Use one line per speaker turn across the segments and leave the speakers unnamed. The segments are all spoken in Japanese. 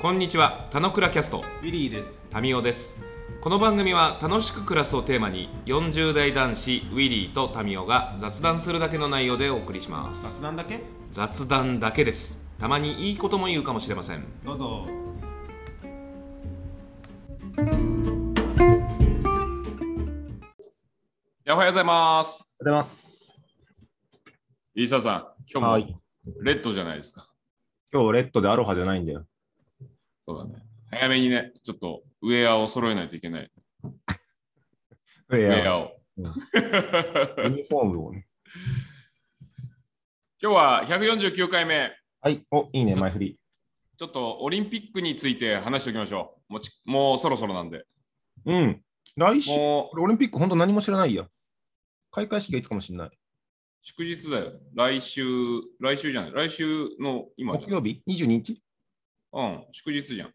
こんにちは、たのくらキャスト
ウィリーです。
タミオです。この番組は楽しく暮らすをテーマに40代男子ウィリーとタミオが雑談するだけの内容でお送りします。
雑談だけ？
雑談だけです。たまにいいことも言うかもしれません。
どうぞ。
おはようございます。
おはようございます。
イーサさん、今日もレッドじゃないですか。
今日レッドでアロハじゃないんだよ。
そうだね。早めにね、ちょっとウェアを揃えないといけない。
ウ
ウェアを。
ユニフォームをね。
今日は149回目。
はい、いいね、前振り。
ちょっとオリンピックについて話しておきましょう。もうそろそろなんで。
うん。来週、オリンピック本当何も知らないや。開会式がいつかもしれない。
祝日だよ。来週じゃない。来週の今じゃ
木曜日 ?22 日？
うん、祝日じゃん。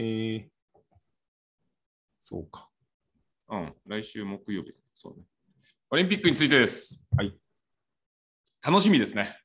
そうか。
うん、来週木曜日。そうね。オリンピックについてです。
はい。
楽しみですね。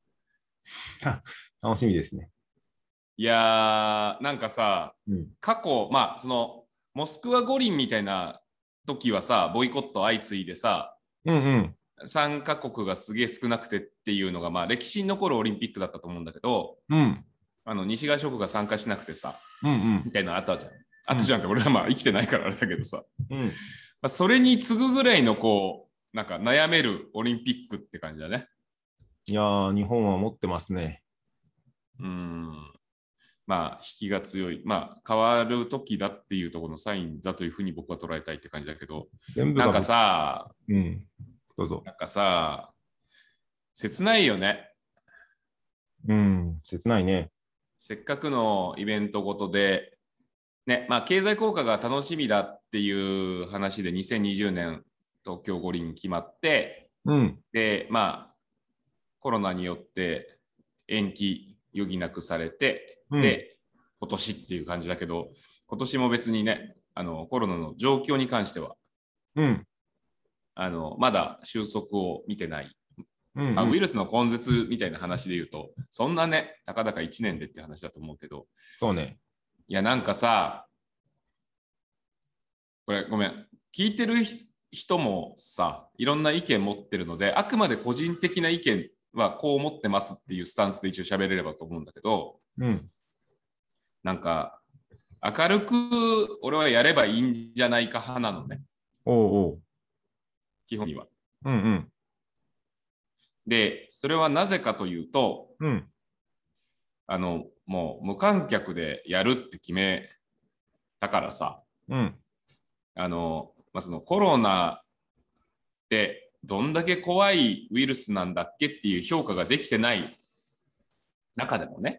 楽しみですね。
いやー、なんかさ、過去、モスクワ五輪みたいな時はさ、ボイコット相次いでさ、参加国がすげえ少なくてっていうのが、歴史に残るオリンピックだったと思うんだけど、西側諸国が参加しなくてさ、みたいなのあったじゃん。あったじゃんって、俺は生きてないからあれだけどさ、それに次ぐぐらいのなんか悩めるオリンピックって感じだね。
いやー、日本は持ってますね。
引きが強い。変わる時だっていうところのサインだというふうに僕は捉えたいって感じだけど、なんかさ、
どうぞ。
なんかさ、切ないよね。
切ないね。
せっかくのイベントごとで、ね、経済効果が楽しみだっていう話で2020年東京五輪決まって、で、コロナによって延期余儀なくされて、で、今年っていう感じだけど、今年も別にね、コロナの状況に関しては、まだ収束を見てない。ウイルスの根絶みたいな話で言うと、そんなね、たかだか1年でって話だと思うけど、
そうね。
いや、なんかさ、これごめん、聞いてる人もさ、いろんな意見持ってるので、あくまで個人的な意見はこう思ってますっていうスタンスで一応喋れればと思うんだけど、なんか明るく俺はやればいいんじゃないか派なのね。基本には。で、それはなぜかというと、もう無観客でやるって決めたからさ、そのコロナってどんだけ怖いウイルスなんだっけっていう評価ができてない中でもね、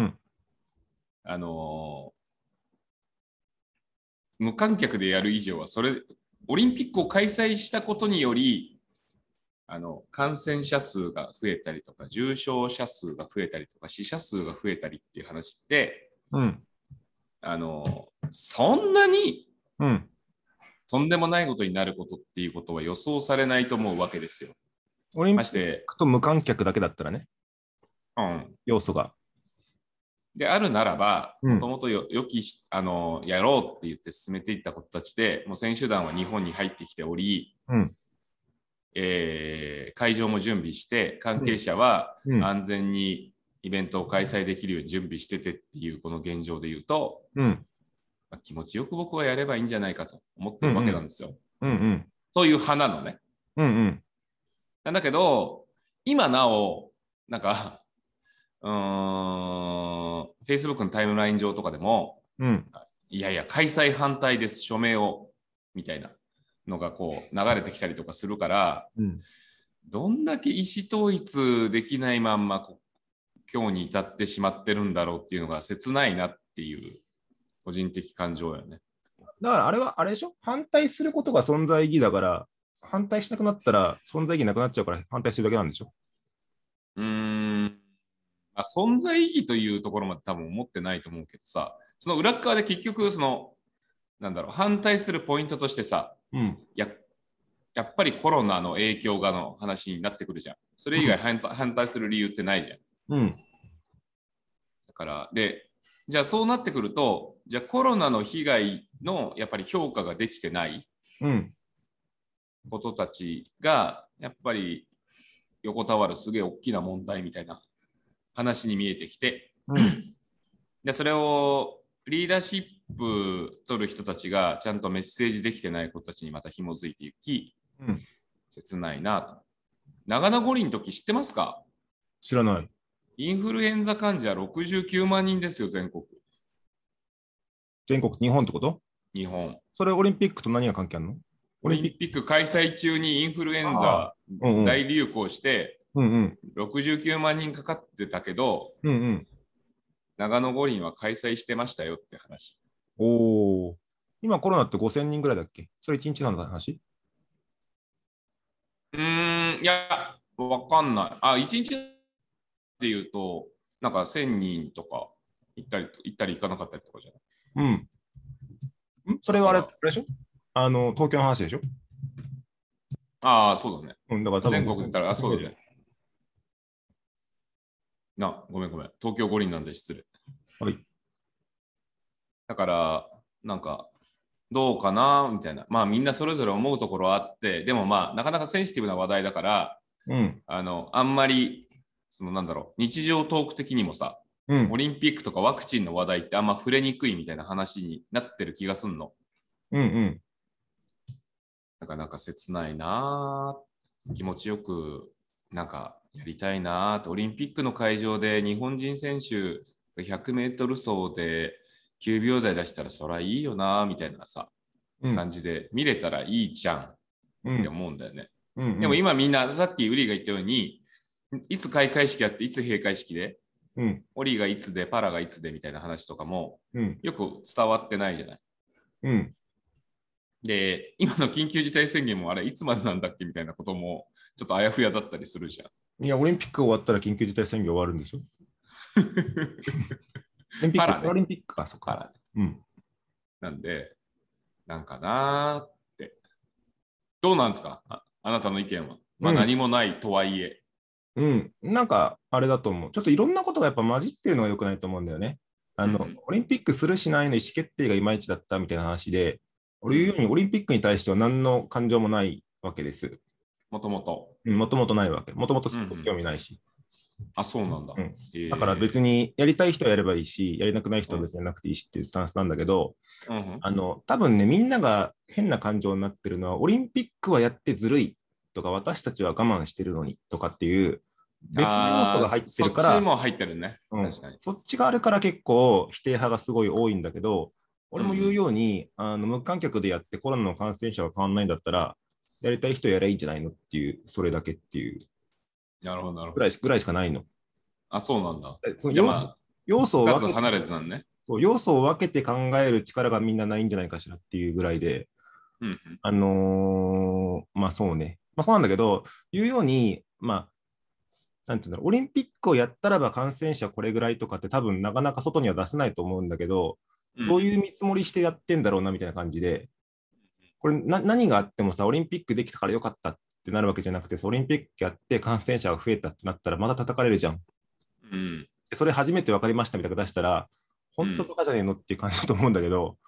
無観客でやる以上はオリンピックを開催したことにより感染者数が増えたりとか重症者数が増えたりとか死者数が増えたりっていう話って、そんなに、とんでもないことになることっていうことは予想されないと思うわけですよ。
オリンピックと無観客だけだったらね、要素が。
であるならば、もともとやろうって言って進めていったことたちで、もう選手団は日本に入ってきており、会場も準備して、関係者は安全にイベントを開催できるように準備しててっていうこの現状で言うと、気持ちよく僕はやればいいんじゃないかと思ってるわけなんですよ。そういう派なのね。なんだけど、今なお、なんか、Facebook のタイムライン上とかでも、いやいや、開催反対です、署名を、みたいなのが流れてきたりとかするから、どんだけ意思統一できないまんま今日に至ってしまってるんだろうっていうのが切ないなっていう個人的感情よね。
だからあれはあれでしょ、反対することが存在意義だから、反対しなくなったら存在意義なくなっちゃうから反対するだけなんでしょ。
存在意義というところまで多分思ってないと思うけどさ、その裏側で結局反対するポイントとしてさ、やっぱりコロナの影響がの話になってくるじゃん。それ以外反対する理由ってないじゃん。だからでじゃあそうなってくると、じゃあコロナの被害のやっぱり評価ができてないことたちが、やっぱり横たわるすげえ大きな問題みたいな話に見えてきて、でそれをリーダーシップ取る人たちがちゃんとメッセージできてない子たちにまた紐づいていき、切ないなと。長野五輪の時知ってますか？
知らない。
インフルエンザ患者69万人ですよ、全国。
全国、日本ってこと？
日本。
それオリンピックと何が関係あるの？
オリンピック開催中にインフルエンザ大流行して、69万人かかってたけど、長野五輪は開催してましたよって話。
おお。今コロナって5000人ぐらいだっけ？それ1日の話？
いや、わかんない。あ、1日っていうと、なんか1000人とか行ったり行かなかったりとかじゃない？
それはあれでしょ？東京の話でしょ？
ああ、そうだね。
だから多分
全国で言ったら、そうだね。ごめん。東京五輪なんで失礼。
はい。
だから、なんか、どうかなみたいな。まあみんなそれぞれ思うところはあって、でもまあなかなかセンシティブな話題だから、あんまり、日常トーク的にもさ、オリンピックとかワクチンの話題ってあんま触れにくいみたいな話になってる気がすんの。なかなか切ないなぁ。気持ちよく、なんかやりたいなぁって、オリンピックの会場で日本人選手100メートル走で9秒台出したらそりゃいいよなぁみたいなさ、感じで見れたらいいじゃんって思うんだよね。でも今みんな、さっきウリが言ったように、いつ開会式やって、いつ閉会式で、オリがいつで、パラがいつでみたいな話とかも、よく伝わってないじゃない。で、今の緊急事態宣言もあれ、いつまでなんだっけみたいなことも、ちょっとあやふやだったりするじゃん。
いや、オリンピック終わったら緊急事態宣言終わるんでしょ？オリンピックか、そっか。
なんで、なんかなーって。どうなんですか？あなたの意見は。まあ何もないとはいえ。
なんか、あれだと思う。ちょっといろんなことがやっぱ混じってるのが良くないと思うんだよね。オリンピックするしないの意思決定がいまいちだったみたいな話で、俺言うようにオリンピックに対しては何の感情もないわけです。
もともと。
もともとないわけ。もともと興味ないし。
あ、そうなんだ。
だから別にやりたい人はやればいいし、やりなくない人は別になくていいしっていうスタンスなんだけど、多分ね、みんなが変な感情になってるのは、オリンピックはやってずるいとか、私たちは我慢してるのにとかっていう別の要素が入ってるから、
そっちも入ってるね。確かに。
そっちがあるから結構否定派がすごい多いんだけど、俺も言うように、無観客でやってコロナの感染者が変わらないんだったら、やりたい人やればいいんじゃないのっていう、それだけっていう。
なるほど。
ぐらいしかないの。
あ、そうなんだ。
その要素を分けて、
離れずなんね。
要素を分けて考える力がみんなないんじゃないかしらっていうぐらいで、まあそうね。まあそうなんだけど、言うように、まあ、なんていうんだろう、オリンピックをやったらば感染者これぐらいとかって多分なかなか外には出せないと思うんだけど、どういう見積もりしてやってんだろうなみたいな感じで、これ何があってもさ、オリンピックできたからよかったってなるわけじゃなくて、オリンピックやって感染者が増えたってなったらまた叩かれるじゃん。でそれ初めて分かりましたみたいなの出したら、本当とかじゃねえのっていう感じだと思うんだけど、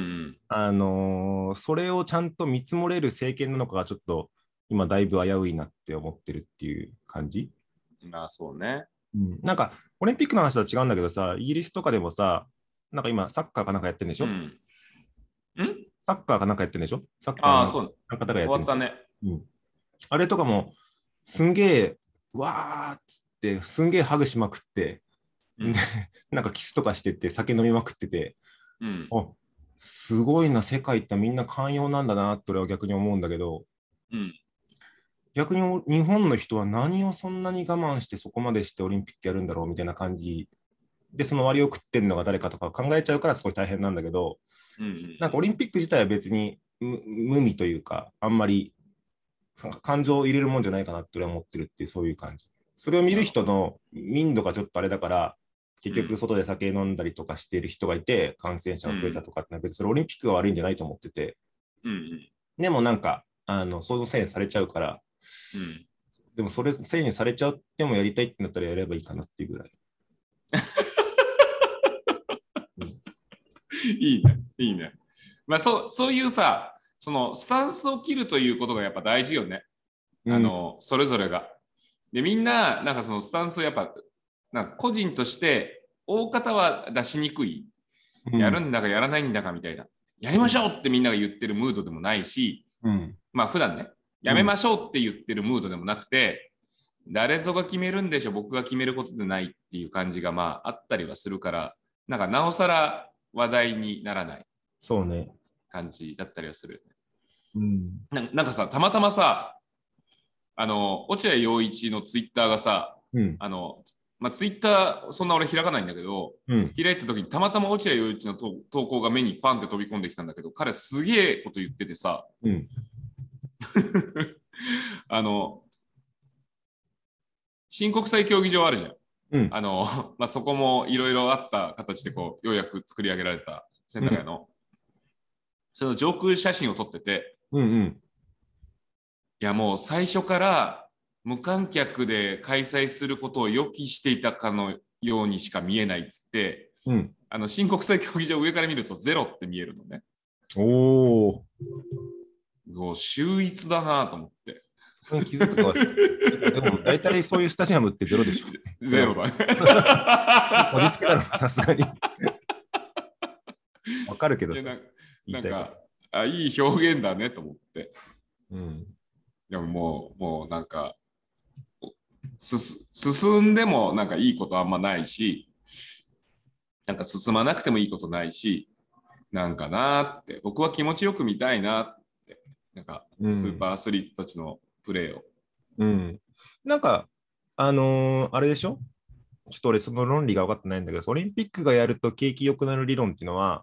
それをちゃんと見積もれる政権なのかがちょっと今だいぶ危ういなって思ってるっていう感じ。
そうね。
なんかオリンピックの話とは違うんだけどさ、イギリスとかでもさ、なんか今サッカーかなんかやってるんでしょ？サッカーかなんかやってるんでしょ？サッカー
そう
なんかがやってる。
終わったね。
あれとかもすんげえわーっつってすんげえハグしまくって、なんかキスとかしてて酒飲みまくってて、すごいな、世界ってみんな寛容なんだなって俺は逆に思うんだけど、逆に日本の人は何をそんなに我慢してそこまでしてオリンピックやるんだろうみたいな感じで、その割を食ってるのが誰かとか考えちゃうからすごい大変なんだけど、なんかオリンピック自体は別に無味というか、あんまり感情を入れるもんじゃないかなって俺は思ってるっていう、そういう感じ。それを見る人の民度がちょっとあれだから、結局外で酒飲んだりとかしている人がいて、感染者が増えたとかってのは別にそれオリンピックが悪いんじゃないと思ってて、でもなんかそのせいにされちゃうから、でもそれせいにされちゃってもやりたいってなったらやればいいかなっていうぐらい。
いいね、いいね。まあそういうさ、そのスタンスを切るということがやっぱ大事よね。それぞれが。で、みんな、なんかそのスタンスをやっぱ、なんか個人として大方は出しにくい。やるんだかやらないんだかみたいな。やりましょうってみんなが言ってるムードでもないし、まあ普段ね、やめましょうって言ってるムードでもなくて、誰ぞが決めるんでしょ、僕が決めることでないっていう感じがまああったりはするから、なんかなおさら話題にならない感じだったりはする。なんかさ、たまたまさ、落合陽一のツイッターがさ、まあ、ツイッターそんな俺開かないんだけど、開いた時にたまたま落合陽一の投稿が目にパンって飛び込んできたんだけど、彼すげえこと言っててさ、新国際競技場あるじゃん。まあ、そこもいろいろあった形でこうようやく作り上げられた仙台の、その上空写真を撮ってて、いやもう最初から無観客で開催することを予期していたかのようにしか見えないっつって、新国際競技場上から見るとゼロって見えるのね。
お
お、秀逸だなと思って。
気づくとはでも大体そういうスタジアムってゼロでしょ。
ゼロだね。
落ち着けだろ、さすがに。わかるけどさ。
なんかいい表現だねと思って。でももうなんか進んでもなんかいいことあんまないし、なんか進まなくてもいいことないし、なんかなって、僕は気持ちよく見たいなって、なんかスーパーアスリートたちのプレーを。
なんか、あれでしょ、ちょっと俺その論理が分かってないんだけど、オリンピックがやると景気良くなる理論っていうのは、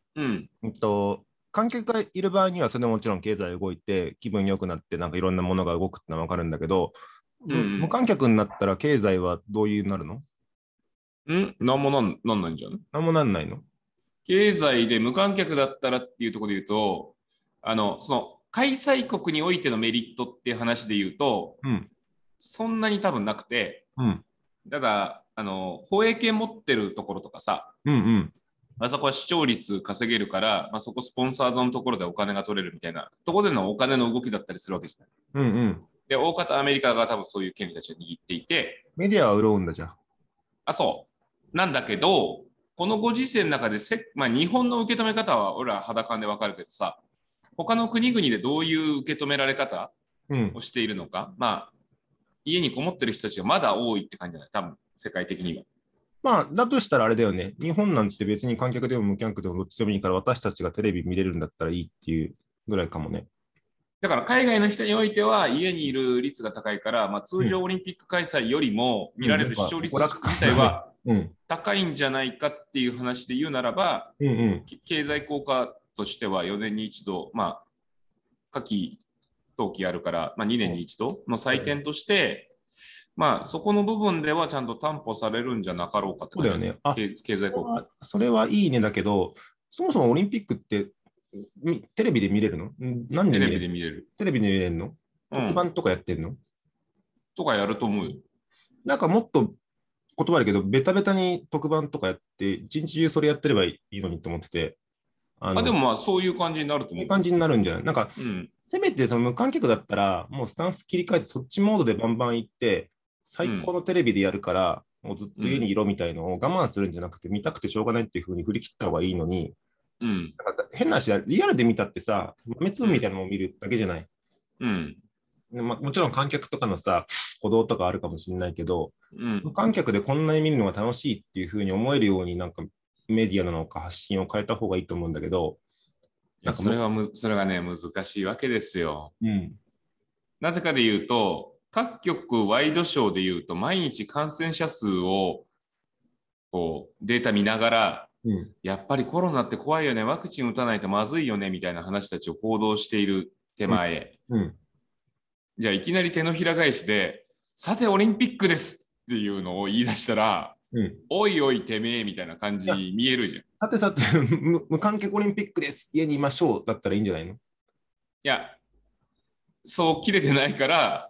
観客がいる場合にはそれでもちろん経済動いて気分良くなってなんかいろんなものが動くってのは分かるんだけど、無観客になったら経済はどういうなるの？
なんもなんないんじゃない？
なんもなんないの？
経済で無観客だったらっていうところで言うと、その開催国においてのメリットっていう話で言うと、そんなに多分なくて、ただ放映権持ってるところとかさ、あそこは視聴率稼げるから、そこスポンサードのところでお金が取れるみたいなところでのお金の動きだったりするわけじゃない。で、大方アメリカが多分そういう権利たちを握っていて。
メディアは潤うんだじゃん。
そう。なんだけど、このご時世の中で日本の受け止め方は俺ら肌感でわかるけどさ、他の国々でどういう受け止められ方をしているのか、家にこもってる人たちがまだ多いって感じじゃない？多分、世界的には。
だとしたらあれだよね。日本なんて別に観客でも無観客でもどっちでもいいから私たちがテレビ見れるんだったらいいっていうぐらいかもね。
だから海外の人においては家にいる率が高いから、通常オリンピック開催よりも見られる視聴率自体は高いんじゃないかっていう話で言うならば、経済効果としては4年に一度、夏季冬季あるから、2年に一度の祭典として、そこの部分ではちゃんと担保されるんじゃなかろうかって、
そうだよね。
経済効果。
それはいいねだけど、そもそもオリンピックってテレビで見れるの？何で
テレビで見れる。
テレビで見れるの？特番とかやってんの？
とかやると思うよ。
なんかもっと言葉あるけど、ベタベタに特番とかやって、一日中それやってればいいのにと思ってて。
でもそういう感じになると思う。
いい感じになるんじゃない？なんか、せめてその無観客だったら、もうスタンス切り替えて、そっちモードでバンバン行って、最高のテレビでやるから、もうずっと家にいろみたいのを我慢するんじゃなくて、見たくてしょうがないっていうふうに振り切った方がいいのに、なんか変な話だ、リアルで見たってさ、豆粒みたいなのを見るだけじゃない。もちろん観客とかのさ、鼓動とかあるかもしれないけど、無観客でこんなに見るのが楽しいっていうふうに思えるように、なんかメディアなのか発信を変えた方がいいと思うんだけど、
それがね、難しいわけですよ。なぜかで言うと、各局ワイドショーで言うと、毎日感染者数をこうデータ見ながら、やっぱりコロナって怖いよね、ワクチン打たないとまずいよねみたいな話たちを報道している手前、じゃあいきなり手のひら返しで、さてオリンピックですっていうのを言い出したら、おいおいてめえみたいな感じに見えるじゃん。
さてさて無観客オリンピックです、家にいましょうだったらいいんじゃないの？
いや、そう切れてないから、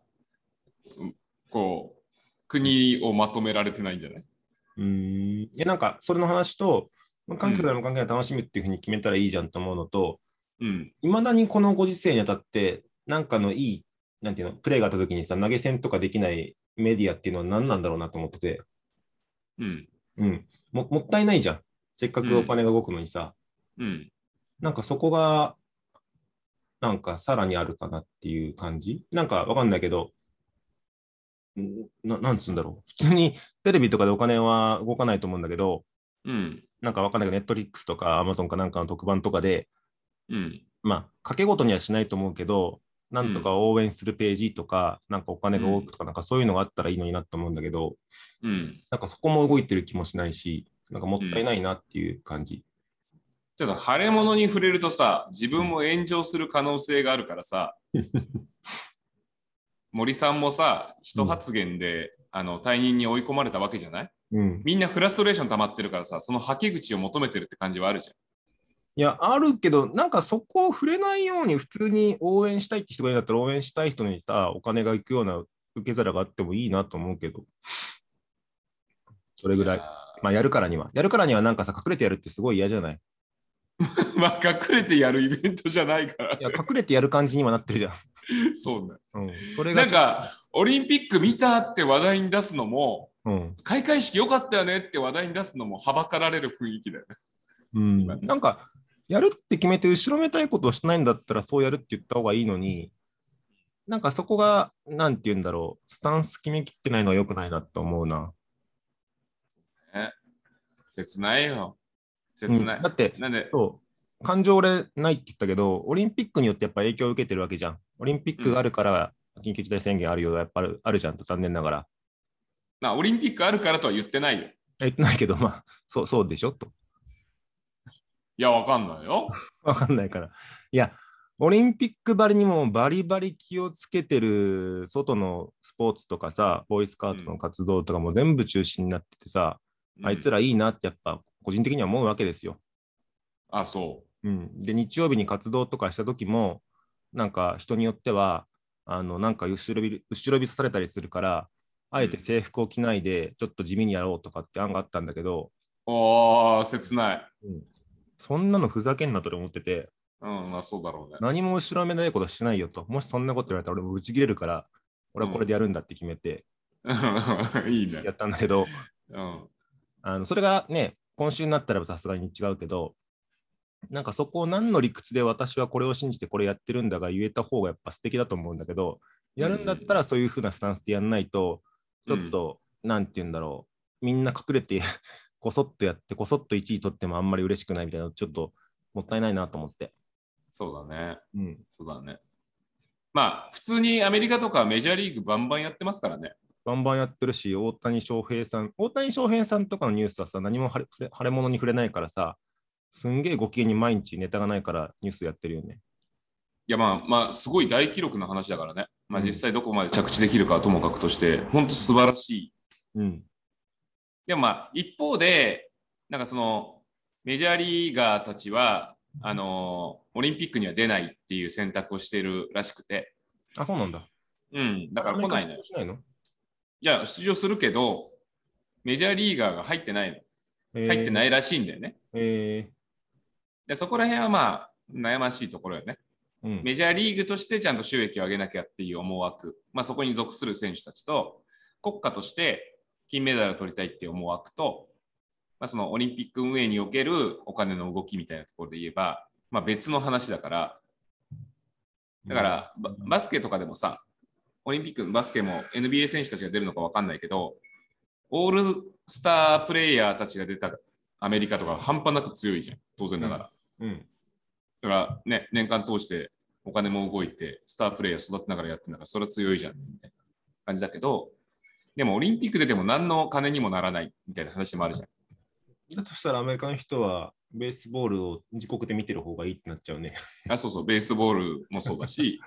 こう国をまとめられてないんじゃない？
なんかそれの話と、 無観客で無観客で楽しむっていうふうに決めたらいいじゃんと思うのと、
い
まだにこのご時世にあたって、なんかのいい、なんていうの、プレーがあった時にさ、投げ銭とかできないメディアっていうのは何なんだろうなと思ってて、もったいないじゃん。せっかくお金が動くのにさ、なんかそこが、なんかさらにあるかなっていう感じなんかわかんないけど、なんつうんだろう。普通にテレビとかでお金は動かないと思うんだけど、なんかわかんないけど、ネットリックスとかアマゾンかなんかの特番とかで、まあ、掛け事にはしないと思うけど、なんとか応援するページとか、なんかお金が多くとか、なんかそういうのがあったらいいのになと思うんだけど、なんかそこも動いてる気もしないし、なんかもったいないなっていう感じ。
ちょっと腫れ物に触れるとさ、自分も炎上する可能性があるからさ、森さんもさ、一発言で、退任に追い込まれたわけじゃない、みんなフラストレーション溜まってるからさ、その吐き口を求めてるって感じはあるじゃん。
いや、あるけど、なんかそこを触れないように普通に応援したいって人がいるんだったら応援したい人にさ、お金が行くような受け皿があってもいいなと思うけど、それぐらい。まあ、やるからにはなんかさ、隠れてやるってすごい嫌じゃない？
まあ、隠れてやるイベントじゃないから。
いや、隠れてやる感じにはなってるじゃん。
そうね。
それが
なんか、オリンピック見たって話題に出すのも、開会式良かったよねって話題に出すのもはばかられる雰囲気だよね。
なんか、やるって決めて後ろめたいことをしないんだったらそうやるって言った方がいいのに、なんかそこが、なんて言うんだろう、スタンス決めきってないのは良くないなと思うな。
切ないよ。切ない。
だって、そう、感情俺ないって言ったけど、オリンピックによってやっぱ影響を受けてるわけじゃん。オリンピックがあるから、緊急事態宣言あるよ、やっぱあるじゃんと、残念ながら。
オリンピックあるからとは言ってないよ。
言ってないけど、まあ、そうでしょと。
いや、わかんないよ。
わかんないから。いや、オリンピックばりにもバリバリ気をつけてる外のスポーツとかさ、ボーイスカウトの活動とかも全部中止になっててさ、あいつらいいなってやっぱ個人的には思うわけですよ。
あ、そう。
で、日曜日に活動とかした時も、なんか人によっては、なんか後ろ指さされたりするから、あえて制服を着ないで、ちょっと地味にやろうとかって案があったんだけど、
切ない。
そんなのふざけんなと思ってて、
まあそうだろうね。
何も後ろめないことしないよと。もしそんなこと言われたら俺も打ち切れるから、俺はこれでやるんだって決めて、
いいね。
やったんだけど、それがね、今週になったらさすがに違うけど、なんかそこを何の理屈で私はこれを信じてこれやってるんだが言えた方がやっぱ素敵だと思うんだけど、やるんだったらそういう風なスタンスでやんないと、ちょっと、なんて言うんだろう、みんな隠れてこそっとやって、こそっと1位取ってもあんまり嬉しくないみたいな、ちょっともったいないなと思って。
そうだね。そうだね。まあ、普通にアメリカとかメジャーリーグバンバンやってますからね。
バンバンやってるし、大谷翔平さんとかのニュースはさ、何も腫れ物に触れないからさ、すんげえご機嫌に毎日ネタがないからニュースやってるよね。
いやまあ、すごい大記録の話だからね。まあ実際どこまで着地できるかはともかくとして、本当素晴らしい。でもまあ、一方で、なんかそのメジャーリーガーたちは、オリンピックには出ないっていう選択をしているらしくて。
あ、そうなんだ。
だから来ないのよ。いや、出場するけど、メジャーリーガーが入ってないの。入ってないらしいんだよね。でそこら辺はまあ、悩ましいところよね。メジャーリーグとしてちゃんと収益を上げなきゃっていう思惑、まあ、そこに属する選手たちと、国家として金メダルを取りたいっていう思惑と、まあ、そのオリンピック運営におけるお金の動きみたいなところで言えば、まあ、別の話だから、だからバスケとかでもさ、オリンピックのバスケも NBA 選手たちが出るのか分かんないけど、オールスタープレイヤーたちが出たアメリカとか半端なく強いじゃん、当然ながら。だからね、年間通してお金も動いて、スタープレイヤー育てながらやってるんだから、それは強いじゃん、みたいな感じだけど、でもオリンピック出ても何の金にもならないみたいな話もあるじゃん。
だとしたらアメリカの人はベースボールを自国で見てる方がいいってなっちゃうね。
そうそう、ベースボールもそうだし、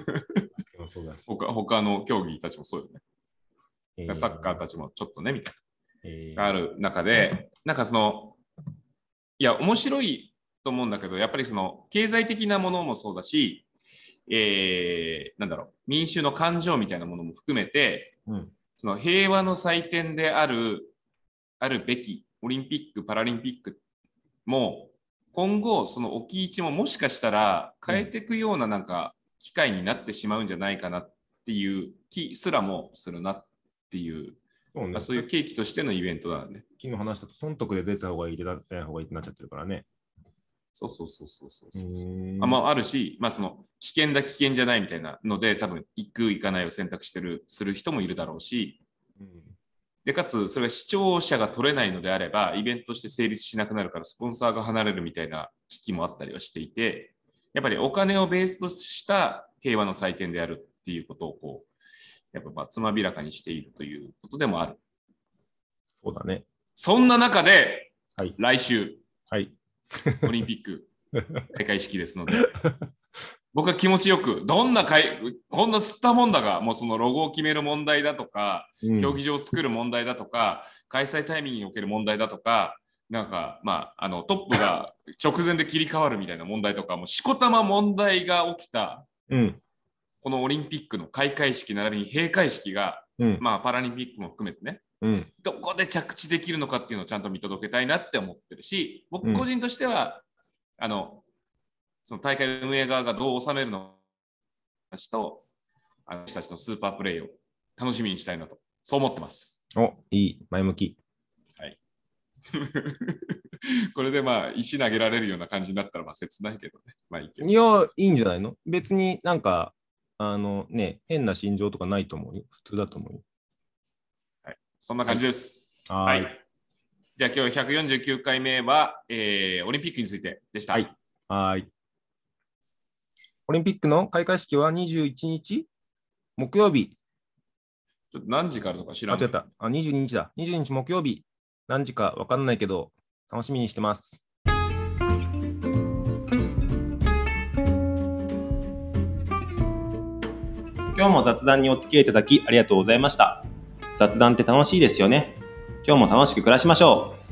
他の競技たちもそうよね。サッカーたちもちょっとね、みたいな。がある中で、なんかその、いや、面白いと思うんだけど、やっぱりその経済的なものもそうだし、なんだろう、民衆の感情みたいなものも含めて、その平和の祭典であるべきオリンピック・パラリンピックも今後その置き位置ももしかしたら変えていくようななんか機会になってしまうんじゃないかなっていう気すらもするなっていう、そういう契機としてのイベントだね。
昨日話したと損得で出た方がいい出ない方がいいってなっちゃってるからね。
そうあるし、その危険だ危険じゃないみたいなので多分行く行かないを選択する人もいるだろうし、でかつそれが視聴者が取れないのであればイベントとして成立しなくなるからスポンサーが離れるみたいな危機もあったりはしていて、やっぱりお金をベースとした平和の祭典であるっていうことをやっぱつまびらかにしているということでもある。
そうだね。
そんな中で、来週、オリンピック開会式ですので僕は気持ちよくこんな吸ったもんだがもうそのロゴを決める問題だとか、競技場を作る問題だとか開催タイミングにおける問題だとか、なんかトップが直前で切り替わるみたいな問題とかもしこたま問題が起きた、このオリンピックの開会式並びに閉会式が、パラリンピックも含めてね、どこで着地できるのかっていうのをちゃんと見届けたいなって思ってるし、僕個人としては、その大会運営側がどう収めるのかと、私たちのスーパープレイを楽しみにしたいなと、そう思ってます。
いい、前向き。
はい。これで石投げられるような感じになったら切ないけどね。
いや、いいんじゃないの？別になんか、変な心情とかないと思うよ。普通だと思うよ。
はい。そんな感じです。はい。じゃあ今日149回目は、オリンピックについてでした。
はい。オリンピックの開会式は21日木曜日。
ちょっと何時からとか知らん。
間違った。22日だ。22日木曜日。何時か分かんないけど、楽しみにしてます。
今日も雑談にお付き合いいただきありがとうございました。雑談って楽しいですよね。今日も楽しく暮らしましょう。